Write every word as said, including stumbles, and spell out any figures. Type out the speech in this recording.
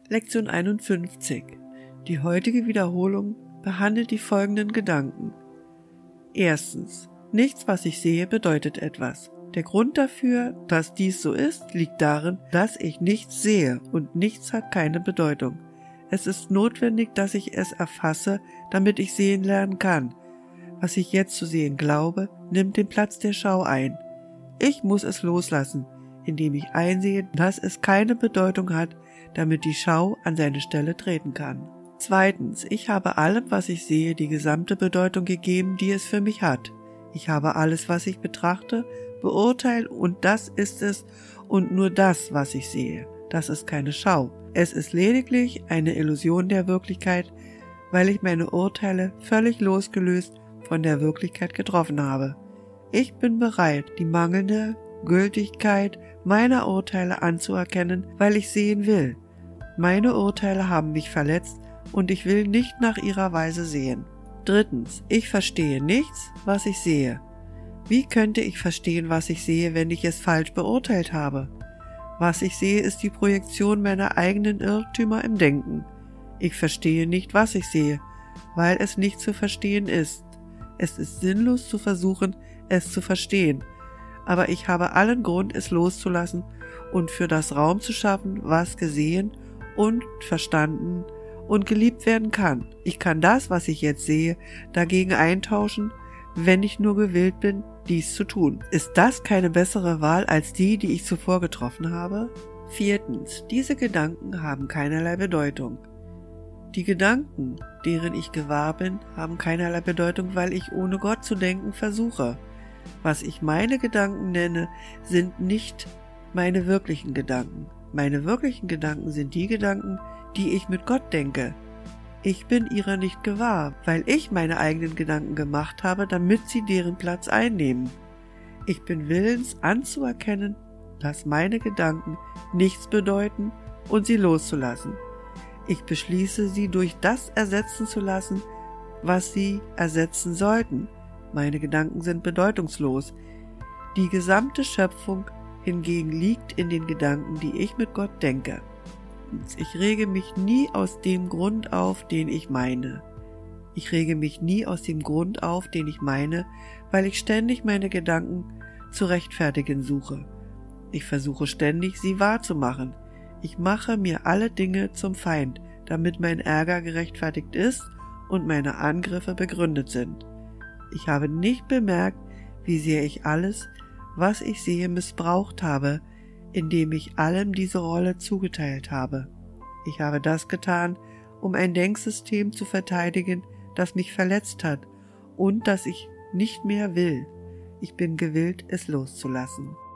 Lektion einundfünfzig. Die heutige Wiederholung behandelt die folgenden Gedanken. Erstens. Nichts, was ich sehe, bedeutet etwas. Der Grund dafür, dass dies so ist, liegt darin, dass ich nichts sehe und nichts hat keine Bedeutung. Es ist notwendig, dass ich es erfasse, damit ich sehen lernen kann. Was ich jetzt zu sehen glaube, nimmt den Platz der Schau ein. Ich muss es loslassen, indem ich einsehe, dass es keine Bedeutung hat, damit die Schau an seine Stelle treten kann. Zweitens, ich habe allem, was ich sehe, die gesamte Bedeutung gegeben, die es für mich hat. Ich habe alles, was ich betrachte, beurteilt und das ist es und nur das, was ich sehe. Das ist keine Schau. Es ist lediglich eine Illusion der Wirklichkeit, weil ich meine Urteile völlig losgelöst von der Wirklichkeit getroffen habe. Ich bin bereit, die mangelnde Gültigkeit meiner Urteile anzuerkennen, weil ich sehen will. Meine Urteile haben mich verletzt und ich will nicht nach ihrer Weise sehen. Drittens, ich verstehe nichts, was ich sehe. Wie könnte ich verstehen, was ich sehe, wenn ich es falsch beurteilt habe? Was ich sehe, ist die Projektion meiner eigenen Irrtümer im Denken. Ich verstehe nicht, was ich sehe, weil es nicht zu verstehen ist. Es ist sinnlos zu versuchen, es zu verstehen, aber ich habe allen Grund, es loszulassen und für das Raum zu schaffen, was gesehen und verstanden und geliebt werden kann. Ich kann das, was ich jetzt sehe, dagegen eintauschen, wenn ich nur gewillt bin, dies zu tun. Ist das keine bessere Wahl als die, die ich zuvor getroffen habe? Viertens, diese Gedanken haben keinerlei Bedeutung. Die Gedanken, deren ich gewahr bin, haben keinerlei Bedeutung, weil ich ohne Gott zu denken versuche. Was ich meine Gedanken nenne, sind nicht meine wirklichen Gedanken. Meine wirklichen Gedanken sind die Gedanken, die ich mit Gott denke. Ich bin ihrer nicht gewahr, weil ich meine eigenen Gedanken gemacht habe, damit sie deren Platz einnehmen. Ich bin willens anzuerkennen, dass meine Gedanken nichts bedeuten und sie loszulassen. Ich beschließe, sie durch das ersetzen zu lassen, was sie ersetzen sollten. Meine Gedanken sind bedeutungslos. Die gesamte Schöpfung hingegen liegt in den Gedanken, die ich mit Gott denke. Ich rege mich nie aus dem Grund auf, den ich meine. Ich rege mich nie aus dem Grund auf, den ich meine, weil ich ständig meine Gedanken zu rechtfertigen suche. Ich versuche ständig, sie wahrzumachen. Ich mache mir alle Dinge zum Feind, damit mein Ärger gerechtfertigt ist und meine Angriffe begründet sind. Ich habe nicht bemerkt, wie sehr ich alles, was ich sehe, missbraucht habe, indem ich allem diese Rolle zugeteilt habe. Ich habe das getan, um ein Denksystem zu verteidigen, das mich verletzt hat und das ich nicht mehr will. Ich bin gewillt, es loszulassen.